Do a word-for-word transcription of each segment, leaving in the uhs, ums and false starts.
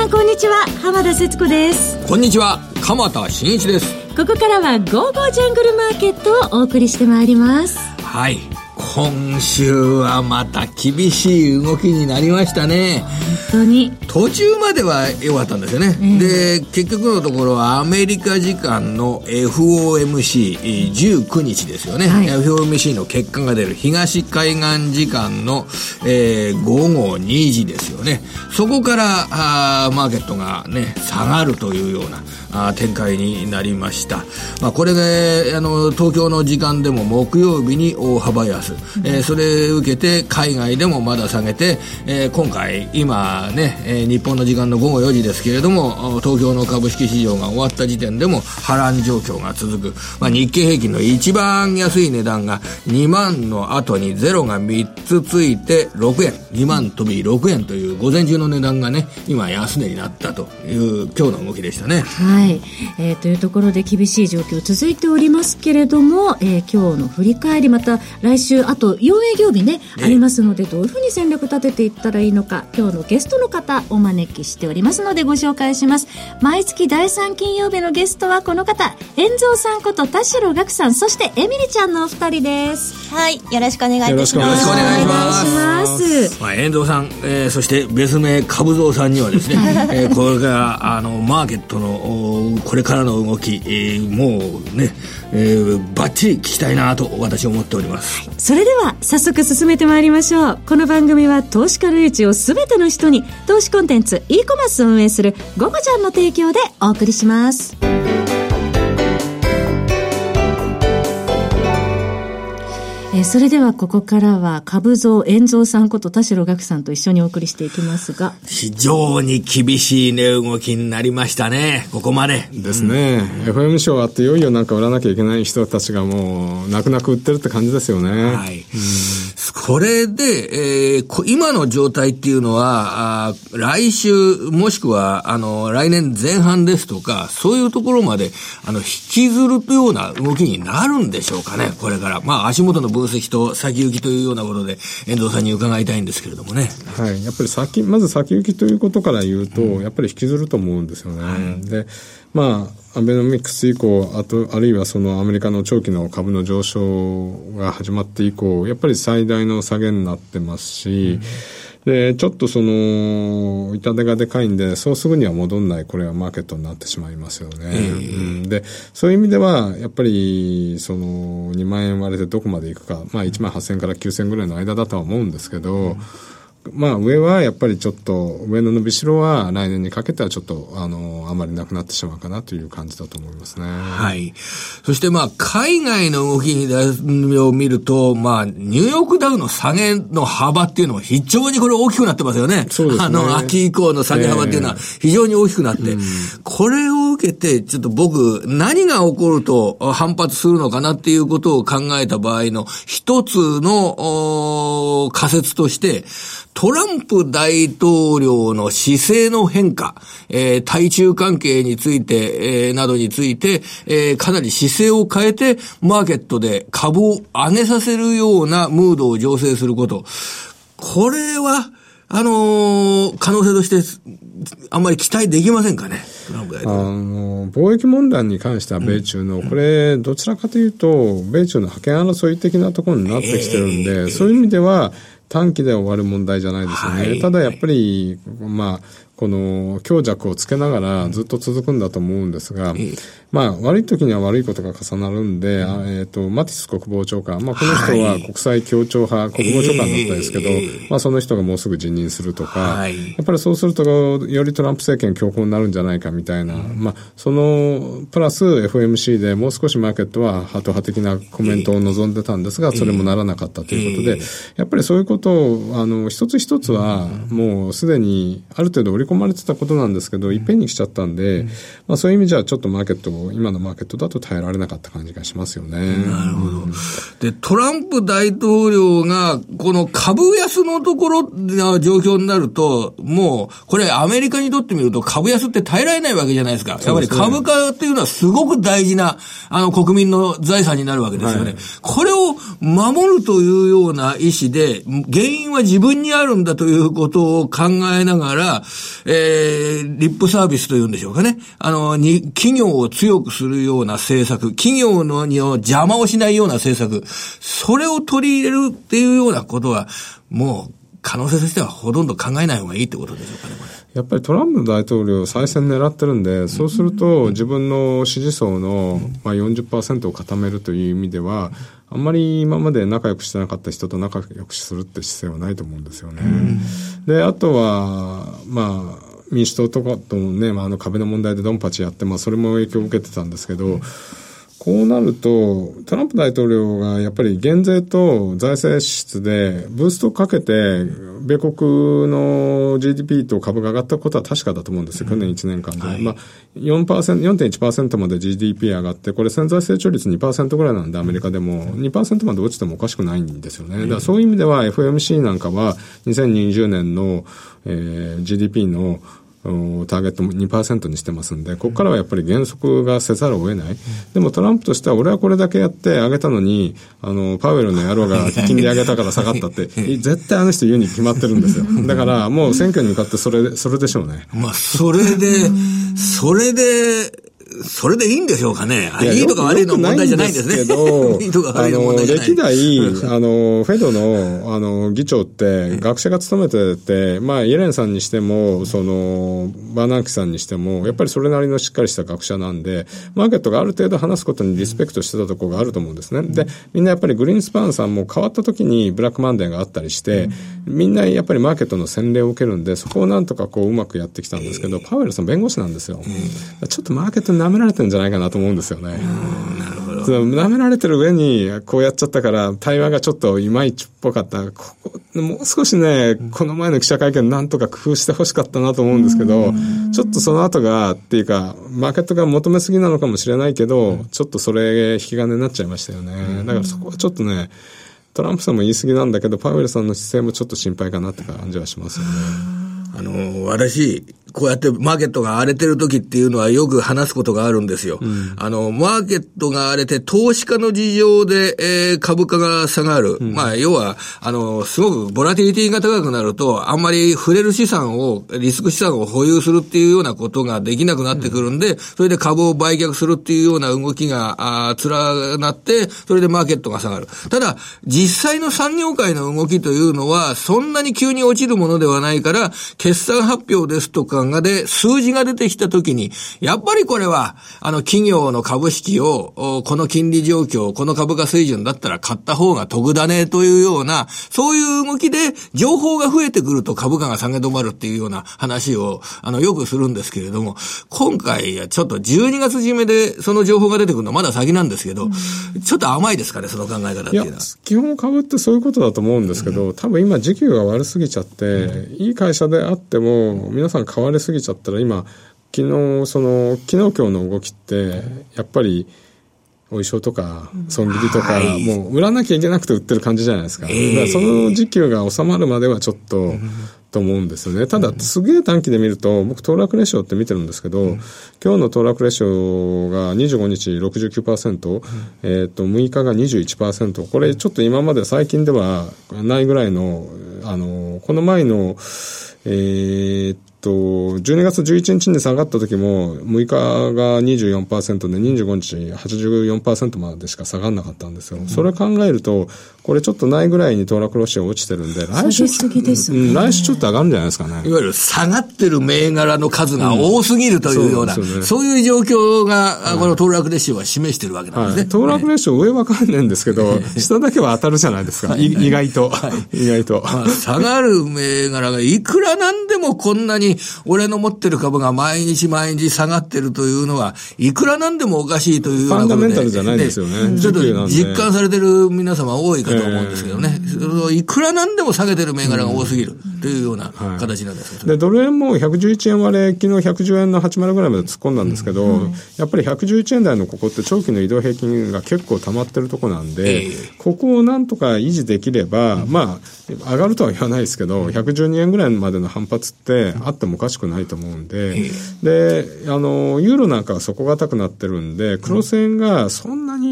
さんこんにちは、浜田節子です。 こんにちは、鎌田新一です。 ここからはゴーゴージャングルマーケットをお送りしてまいります。 はい、今週はまた厳しい動きになりましたね。 本当に途中までは良かったんですよね、えー、で結局のところはアメリカ時間の エフオーエムシーじゅうくにちですよね、はい、エフオーエムシー の結果が出る東海岸時間の、えー、ごごにじですよね。そこからあマーケットがね下がるというようなあ展開になりました。まあ、これであの東京の時間でも木曜日に大幅安、うんえー、それを受けて海外でもまだ下げて、えー、今回今ね、えー、日本の時間のごごよじですけれども東京の株式市場が終わった時点でも波乱状況が続く、まあ、日経平均の一番安い値段がにまんの後にゼロがみっつついてろくえん、にまん飛びろくえんという午前中の値段がね今安値になったという今日の動きでしたね。 はい、えー、というところで厳しい状況続いておりますけれども、えー、今日の振り返りまた来週あとよん営業日ね、ありますのでどういうふうに戦略立てていったらいいのか今日のゲストの方お招きしておりますのでご紹介します。毎月だいさん金曜日のゲストはこの方、遠蔵さんこと田代岳さん、そしてエミリちゃんのお二人です。 はい、よろしくお願いいたします。よろしくお願いします。 お願いします。 まあ、遠蔵さん、えー、そして別名株蔵さんにはですね、えー、これからあのマーケットのこれからの動き、えー、もうね、えー、バッチリ聞きたいなと私は思っております、 はい、それでは早速進めてまいりましょう。この番組は投資家の位置をすべての人に投資コンテンツ e コマースを運営するゴゴちゃんの提供でお送りします。えー、それではここからは株蔵遠蔵さんこと田代岳さんと一緒にお送りしていきますが、 非常に厳しい値動きになりましたね。ここまでですね、うん、エフエム ショーあっていよいよなんか売らなきゃいけない人たちがもう泣く泣く売ってるって感じですよね。 はい、うん、これで、えー、今の状態っていうのはあ来週もしくはあの来年前半ですとかそういうところまであの引きずるような動きになるんでしょうかね。これからまあ足元の分析と先行きというようなことで遠藤さんに伺いたいんですけれどもね。 はい、やっぱり先まず先行きということから言うと、うん、やっぱり引きずると思うんですよね、はい、でまあアベノミクス以降あとあるいはそのアメリカの長期の株の上昇が始まって以降やっぱり最大の下げになってますし、うん、でちょっとその痛手がでかいんでそうすぐには戻んないこれはマーケットになってしまいますよね、えーうん、でそういう意味ではやっぱりそのにまんえん割れてどこまでいくか、まあ、いちまんはっせんからきゅうせんぐらいの間だとは思うんですけど、うんまあ上はやっぱりちょっと上の伸びしろは来年にかけてはちょっとあのあまりなくなってしまうかなという感じだと思いますね。 はい。そしてまあ海外の動きを見るとまあニューヨークダウの下げの幅っていうのは非常にこれ大きくなってますよね。 そうですね。 あの秋以降の下げ幅っていうのは非常に大きくなって、えー、これを受けてちょっと僕何が起こると反発するのかなっていうことを考えた場合の一つの仮説としてトランプ大統領の姿勢の変化、えー、対中関係について、えー、などについて、えー、かなり姿勢を変えてマーケットで株を上げさせるようなムードを醸成すること。これは、あのー、可能性としてあんまり期待できませんかね。トランプ大統領。 あの、貿易問題に関しては米中の、うん、これ、どちらかというと、米中の覇権争い的なところになってきてるんで、えー、そういう意味では、短期で終わる問題じゃないですよね、はい、ただやっぱりまあこの強弱をつけながらずっと続くんだと思うんですが、うん、まあ悪い時には悪いことが重なるんで、うん、えっとマティス国防長官、まあこの人は国際協調派、はい、国防長官だったんですけど、えー、まあその人がもうすぐ辞任するとか、はい、やっぱりそうするとよりトランプ政権強硬になるんじゃないかみたいな、うん、まあそのプラス エフオーエムシー でもう少しマーケットはハト派的なコメントを望んでたんですが、それもならなかったということで、えー、やっぱりそういうことをあの一つ一つはもうすでにある程度織り込まれてたことなんですけど、いっぺんに来ちゃったんで、うんまあ、そういう意味じゃちょっとマーケットを今のマーケットだと耐えられなかった感じがしますよね。 なるほど。でトランプ大統領がこの株安のところの状況になるともうこれアメリカにとってみると株安って耐えられないわけじゃないですか。やっぱり株価っていうのはすごく大事なあの国民の財産になるわけですよね、はい、これを守るというような意思で原因は自分にあるんだということを考えながら、 えー、リップサービスというんでしょうかね。あの、に、企業を強くするような政策、企業のに邪魔をしないような政策、それを取り入れるっていうようなことは、もう、可能性としてはほとんど考えない方がいいってことでしょうかね、これ。 やっぱりトランプ大統領再選狙ってるんで、そうすると自分の支持層のまあ よんじゅっパーセント を固めるという意味では、あんまり今まで仲良くしてなかった人と仲良くするって姿勢はないと思うんですよね。で、あとは、まあ、民主党とかともね、まあ、あの壁の問題でドンパチやって、まあ、それも影響を受けてたんですけど、こうなると、トランプ大統領がやっぱり減税と財政支出でブーストをかけて、米国の ジーディーピー と株が上がったことは確かだと思うんですよ、去年いちねんかんで。はい、まあ、よんパーセント、よんてんいちパーセント まで ジーディーピー 上がって、これ潜在成長率 にパーセント ぐらいなんで、アメリカでも にパーセント まで落ちてもおかしくないんですよね。だからそういう意味では エフオーエムシー なんかはにせんにじゅうねんの、えー、ジーディーピー のターゲットも にパーセント にしてますんで、ここからはやっぱり減速がせざるを得ない。でもトランプとしては、俺はこれだけやって上げたのに、あの、パウエルの野郎が金利上げたから下がったって、絶対あの人言うに決まってるんですよ。だから、もう選挙に向かってそれ、それでしょうね。 まあ、それで、それで、それでいいんでしょうかね。い, いいとか悪いの問題じゃないんですね。いいとか悪いの問題じゃない。 歴代、あの、フェドの、あの、議長って、学者が務めてて、まあ、イエレンさんにしても、その、バーナンキさんにしても、やっぱりそれなりのしっかりした学者なんで、マーケットがある程度話すことにリスペクトしてたところがあると思うんですね。で、みんなやっぱりグリーンスパンさんも変わった時にブラックマンデーがあったりして、みんなやっぱりマーケットの洗礼を受けるんで、そこをなんとかこううまくやってきたんですけど、パウエルさん弁護士なんですよ。ちょっとマーケットに舐められてるんじゃないかなと思うんですよね。 なるほど。 舐められてる上にこうやっちゃったから対話がちょっといまいちっぽかった。ここもう少しね、この前の記者会見なんとか工夫してほしかったなと思うんですけど、ちょっとその後がっていうかマーケットが求めすぎなのかもしれないけど、ちょっとそれ引き金になっちゃいましたよね。だからそこはちょっとね、トランプさんも言い過ぎなんだけど、パウエルさんの姿勢もちょっと心配かなって感じはしますよね。 あの、私、こうやってマーケットが荒れてる時っていうのはよく話すことがあるんですよ。うん、あの、マーケットが荒れて投資家の事情で、えー、株価が下がる。うん、まあ、要は、あの、すごくボラティリティが高くなると、あんまり触れる資産を、リスク資産を保有するっていうようなことができなくなってくるんで、うん、それで株を売却するっていうような動きが、あ連なって、それでマーケットが下がる。ただ、実際の産業界の動きというのは、そんなに急に落ちるものではないから、決算発表ですとかがで、数字が出てきたときに、やっぱりこれは、あの、企業の株式を、この金利状況、この株価水準だったら買った方が得だねというような、そういう動きで、情報が増えてくると株価が下げ止まるっていうような話を、あの、よくするんですけれども、今回はちょっとじゅうにがつ締めで、その情報が出てくるのはまだ先なんですけど、うん、ちょっと甘いですかね、その考え方っていうのは。いや、 基本株ってそういうことだと思うんですけど、多分今時給が悪すぎちゃって、うん、いい会社であっても、皆さん買われすぎちゃったら今、昨日、その、昨日今日の動きって、やっぱり、お衣装とか、損切りとか、もう売らなきゃいけなくて売ってる感じじゃないですか。だからその時給が収まるまではちょっと、と思うんですよね。ただ、すげえ短期で見ると、僕、騰落レシオって見てるんですけど、うん、今日の騰落レシオがにじゅうごにち ろくじゅうきゅうパーセント、うん、えっと、むいかが にじゅういちパーセント、これちょっと今まで最近ではないぐらいの、あの、この前の、えー、っと、じゅうにがつじゅういちにちに下がった時も、むいかが にじゅうよんパーセント でにじゅうごにち はちじゅうよんパーセント までしか下がらなかったんですよ。うん、それ考えると、これちょっとないぐらいに騰落ロシア落ちてるんで、来週、うん、来週ちょっと上がるんじゃないですかね。 いわゆる下がってる銘柄の数が多すぎるというような、うん、そうですよね、そういう状況が、はい、この騰落レシオは示してるわけなんですね。はい、 騰落レシオ上わかんないんですけど、下だけは当たるじゃないですか。い意外と。はい、意外と。 まあ、下がる銘柄がいくらなんでもこんなに、俺の持ってる株が毎日毎日下がってるというのは、いくらなんでもおかしいというようなことで。 ファンダメンタルじゃないですよね。 ちょっと実感されてる皆様多いかと思うんですけどね。えー、いくらなんでも下げてる銘柄が多すぎるというような形なんですけど、 はい、でドル円もひゃくじゅういちえん割れ、昨日ひゃくじゅうえんのはちじゅうぐらいまで突っ込んだんですけど、うん、やっぱりひゃくじゅういちえん台のここって長期の移動平均が結構溜まってるとこなんで、えー、ここをなんとか維持できれば、うん、まあ上がるとは言わないですけど、ひゃくじゅうにえんぐらいまでの反発ってあってもおかしくないと思うんで、えー、であのユーロなんかは底堅くなってるんで、クロス円がそんなに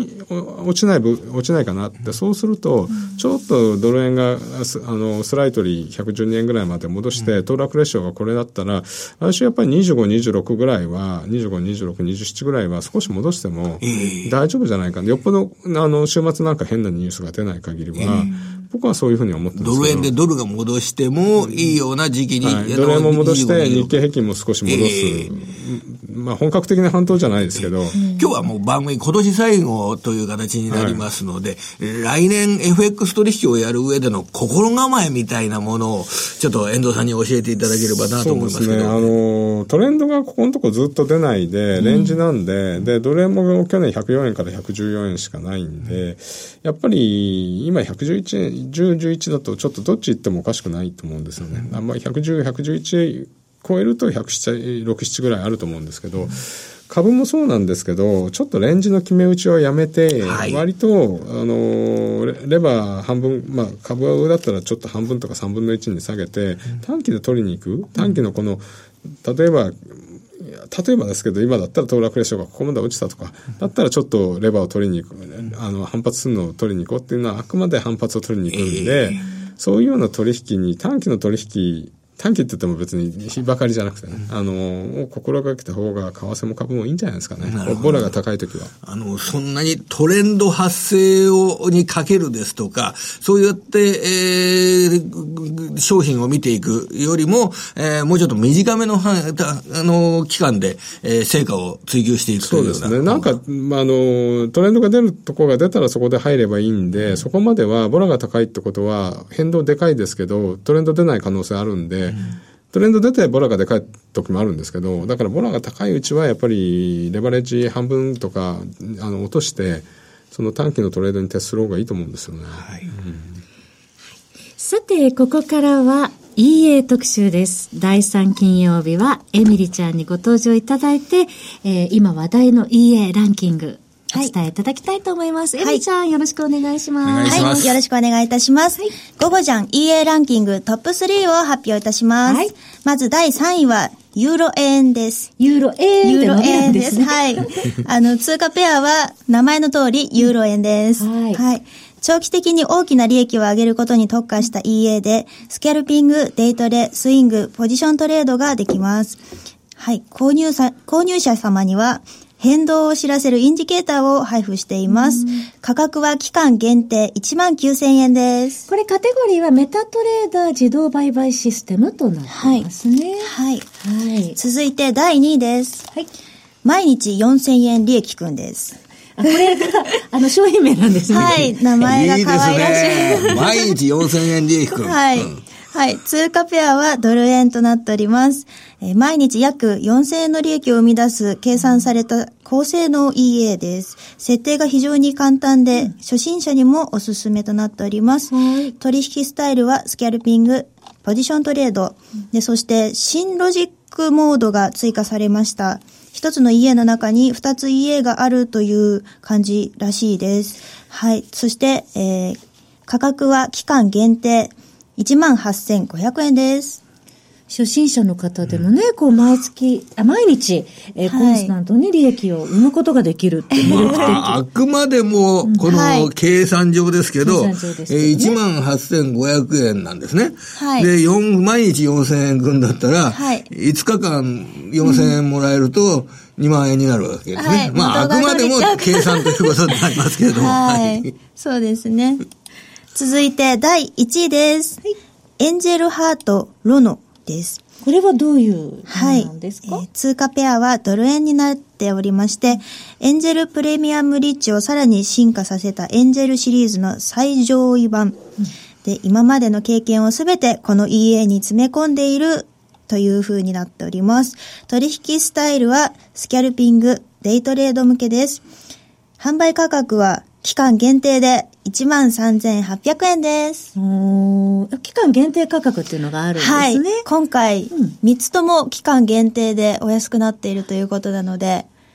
に落ちない落ちないかなって、そうするとちょっとドル円があのスライトリーひゃくじゅうにえんぐらいまで戻して、騰落レシオがこれだったら来週やっぱりにじゅうご、にじゅうろくぐらいはにじゅうご、にじゅうろく、にじゅうななぐらいは少し戻しても大丈夫じゃないかな。よっぽどあの週末なんか変なニュースが出ない限りは、僕はそういうふうに思ってますけど、 ドル円でドルが戻してもいいような時期に、 はい、ドル円も戻して日経平均も少し戻す、えー、まあ本格的な反動じゃないですけど、 今日はもう番組今年最後という形になりますので、はい、来年 エフエックス 取引をやる上での心構えみたいなものをちょっと遠藤さんに教えていただければなと思いますけど。そうですね、 あのトレンドがここのところずっと出ないでレンジなんで、うん、でドル円も去年ひゃくよんえんからひゃくじゅうよんえんしかないんで、やっぱり今ひゃくじゅういちえんじゅう、じゅういちだとちょっとどっち行ってもおかしくないと思うんですよね。あんまりひゃくじゅう、ひゃくじゅういち超えるとひゃくろく、ななぐらいあると思うんですけど、株もそうなんですけど、ちょっとレンジの決め打ちをやめて、はい、割とあのレ, レバー半分、まあ株は上だったらちょっと半分とかさんぶんのいちに下げて短期で取りに行く。短期のこの例えば例えばですけど、今だったら騰落レシオがここまで落ちたとかだったらちょっとレバーを取りに行く、あの反発するのを取りに行こうっていうのはあくまで反発を取りに行くんで、えー、そういうような取引に短期の取引短期って言っても別に日ばかりじゃなくてね、あの心がけた方が為替も株もいいんじゃないですかね。ボラが高いときはあのそんなにトレンド発生をにかけるですとか、そうやって、えー、商品を見ていくよりも、えー、もうちょっと短めのあの期間で、えー、成果を追求していくというような。 そうですね。なんか、まあ、あのトレンドが出るところが出たらそこで入ればいいんで、うん、そこまではボラが高いってことは変動でかいですけどトレンド出ない可能性あるんで、うん、トレンド出てボラがでかい時もあるんですけど、だからボラが高いうちはやっぱりレバレッジ半分とかあの落としてその短期のトレードに徹する方がいいと思うんですよね。はい、うん、 さてここからは イーエー 特集です。だいさん金曜日はエミリちゃんにご登場いただいて、えー、今話題の イーエー ランキングお伝えいただきたいと思います。はい、エミリちゃん、よろしくお願いします。お願いします。 はい、よろしくお願いいたします。はい、ゴゴジャン イーエー ランキングトップスリーを発表いたします。はい、まずだいさんいはユーロ円です。 ユーロ円ユーロ円です。はい。あの、通貨ペアは名前の通りユーロ円です。はい。はい。長期的に大きな利益を上げることに特化した イーエー で、スキャルピング、デイトレ、スイング、ポジショントレードができます。はい。購入さ、購入者様には、変動を知らせるインジケーターを配布しています。価格は期間限定いちまんきゅうせんえんです。 これカテゴリーはメタトレーダー自動売買システムとなっていますね。 はい。はい。はい、続いてだいにいです。はい。毎日よんせんえん利益くんです。 あ、これが、あの、商品名なんですね。 はい。名前が可愛らしい。 いいですね。毎日よんせんえん利益くん。 はい。うん、はい。通貨ペアはドル円となっております。えー、毎日約よんせんえんの利益を生み出す計算された高性能 イーエー です。設定が非常に簡単で、うん、初心者にもおすすめとなっております。はい、取引スタイルはスキャルピング、ポジショントレード。で、そして新ロジックモードが追加されました。一つの イーエー の中に二つ イーエー があるという感じらしいです。はい。そして、えー、価格は期間限定いちまんはっせんごひゃくえんです。 初心者の方でもね、うん、こう毎月、あ毎日、えーはい、コンスタントに利益を生むことができるって魅力的。 あ、あくまでも、この計算上ですけど、うんはい、えー、いちまんはっせんごひゃくえんなんですね。はい。で、4、毎日よんせんえん分だったら、はい、いつかかんよんせんえんもらえると、にまんえんになるわけですね。はい、まあ、あくまでも計算ということになりますけれども。 はい、はい。そうですね。続いて、だいいちいです。はい、エンジェルハートロノです。 これはどういうものなんですか？ はい、えー、通貨ペアはドル円になっておりまして、エンジェルプレミアムリッチをさらに進化させたエンジェルシリーズの最上位版、うん、で、今までの経験をすべてこの イーエー に詰め込んでいるという風になっております。取引スタイルはスキャルピング、デイトレード向けです。販売価格は期間限定でいちまんさんぜんはっぴゃくえんです。 おー、期間限定価格っていうのがあるんですね。はい。 今回、うん、みっつとも期間限定でお安くなっているということなので、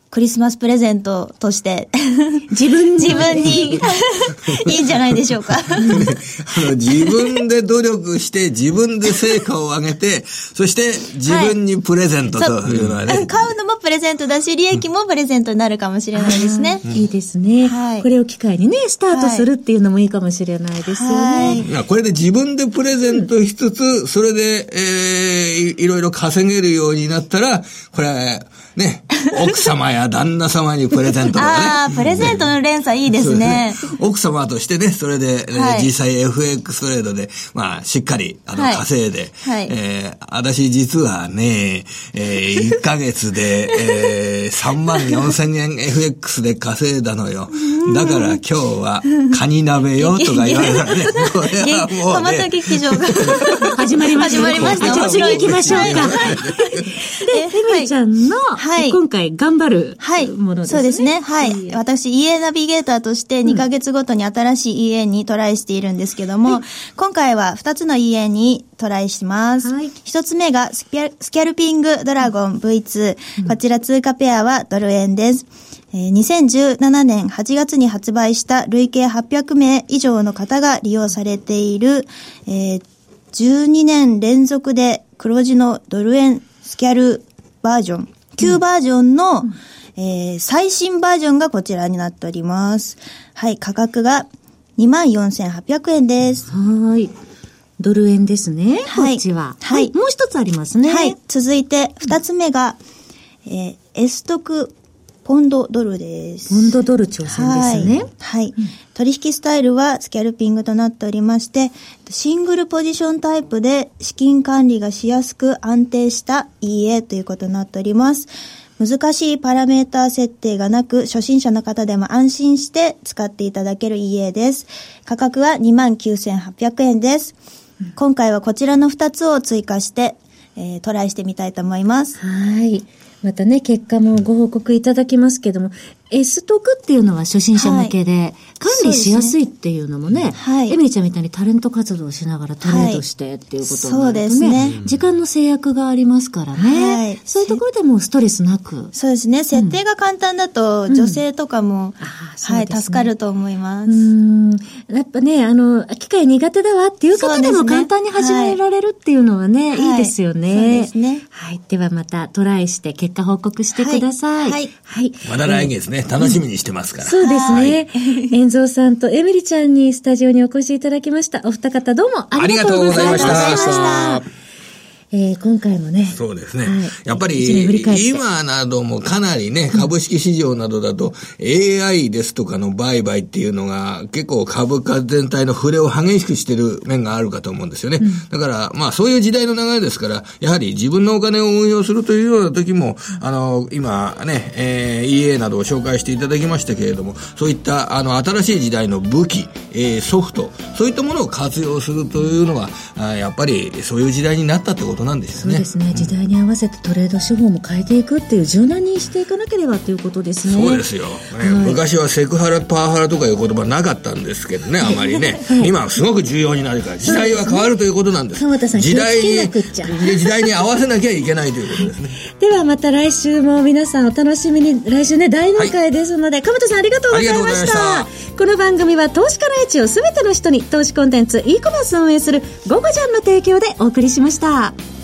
クリスマスプレゼントとして自分自分にいいんじゃないでしょうか。 あの自分で努力して自分で成果を上げて、そして自分にプレゼントというのはね、 はい、買うのもプレゼントだし、利益もプレゼントになるかもしれないですね。 いいですね、はい、これを機会にねスタートするっていうのもいいかもしれないですよね。 はいはい、これで自分でプレゼントしつつ、うん、それで、えー、い, いろいろ稼げるようになったら、これはね、奥様や旦那様にプレゼントとかね。 ああ、プレゼントの連鎖いいですね。 奥様としてね、それで、はい、実際 エフエックス トレードで、まあ、しっかり、あの、はい、稼いで、はい、えー、私実はね、えー、いっかげつで、えー、さんまんよんせんえん エフエックス で稼いだのよ。だから今日は、カニ鍋よ、とか言われたらね、これはもう、ね。トマト劇場が始まりました。 始まりました。 じゃあ次行きましょうか。で、エミリちゃんの、はい、今回頑張るものですね。 そうですね。はい。私、イーエー ナビゲーターとしてにかげつごとに新しい イーエー にトライしているんですけども、はい、今回はふたつの イーエー にトライします。はい、ひとつめがスキャル、スキャルピングドラゴン ブイツー、うん。こちら通貨ペアはドル円です。にせんじゅうななねんはちがつに発売した累計はっぴゃくめい以上の方が利用されている、えー、じゅうにねん連続で黒字のドル円スキャルバージョン、旧バージョンの、うんえー、最新バージョンがこちらになっております。はい、価格が にまんよんせんはっぴゃくえんです。 はい。ドル円ですね。はい。こっちは。はい。もう一つありますね。 はい。続いて二つ目が、えー、S 特ポンドドルです。 ポンドドル挑戦ですね。 はい。はいうん、取引スタイルはスキャルピングとなっておりまして、シングルポジションタイプで資金管理がしやすく安定した イーエー ということになっております。難しいパラメーター設定がなく、初心者の方でも安心して使っていただける イーエー です。価格は にまんきゅうせんはっぴゃくえんです。うん、今回はこちらのふたつを追加して、えー、トライしてみたいと思います。 はい。またね、結果もご報告いただきますけども、S 特っていうのは初心者向けで、はい、管理しやすいっていうのもね、はい、エミリちゃんみたいにタレント活動をしながらトレードしてっていうことになるとね、はい、そうですね、時間の制約がありますからね、はい、そういうところでもストレスなく。 そうですね、設定が簡単だと、うん、女性とかも、うんはいね、助かると思います。 うーんやっぱね、あの、機械苦手だわっていう方でも簡単に始められるっていうのはね、はい、いいですよね。 そうですね。 はい。ではまたトライして結果報告してください。はい。はい。 はい、まだ来月ね、楽しみにしてますから。 そうですね。遠蔵さんとエミリちゃんにスタジオにお越しいただきました。お二方どうもありがとうございました。ありがとうございました。えー、今回もね。 そうですね。はい、やっぱり、今などもかなりね、株式市場などだと、エーアイ ですとかの売買っていうのが、結構株価全体の触れを激しくしてる面があるかと思うんですよね。うん、だから、まあ、そういう時代の流れですから、やはり自分のお金を運用するというような時も、あの、今ね、えー、イーエー などを紹介していただきましたけれども、そういった、あの、新しい時代の武器、えー、ソフト、そういったものを活用するというのは、あやっぱり、そういう時代になったってことなんですよね。 そうですね、時代に合わせてトレード手法も変えていくっていう、柔軟にしていかなければということですね。 そうですよ、ねはい、昔はセクハラパワハラとかいう言葉なかったんですけどね、あまりね、はい、今はすごく重要になるから時代は変わるということなんです。 川田さん、 時代に気をつけなくっちゃ時代に合わせなきゃいけないということですね。 ではまた来週も皆さんお楽しみに。来週ね、大納会ですので、はい、川田さんありがとうございました。この番組は投資家の位置をすべての人に投資コンテンツ e コマースを運営するゴゴジャンの提供でお送りしました。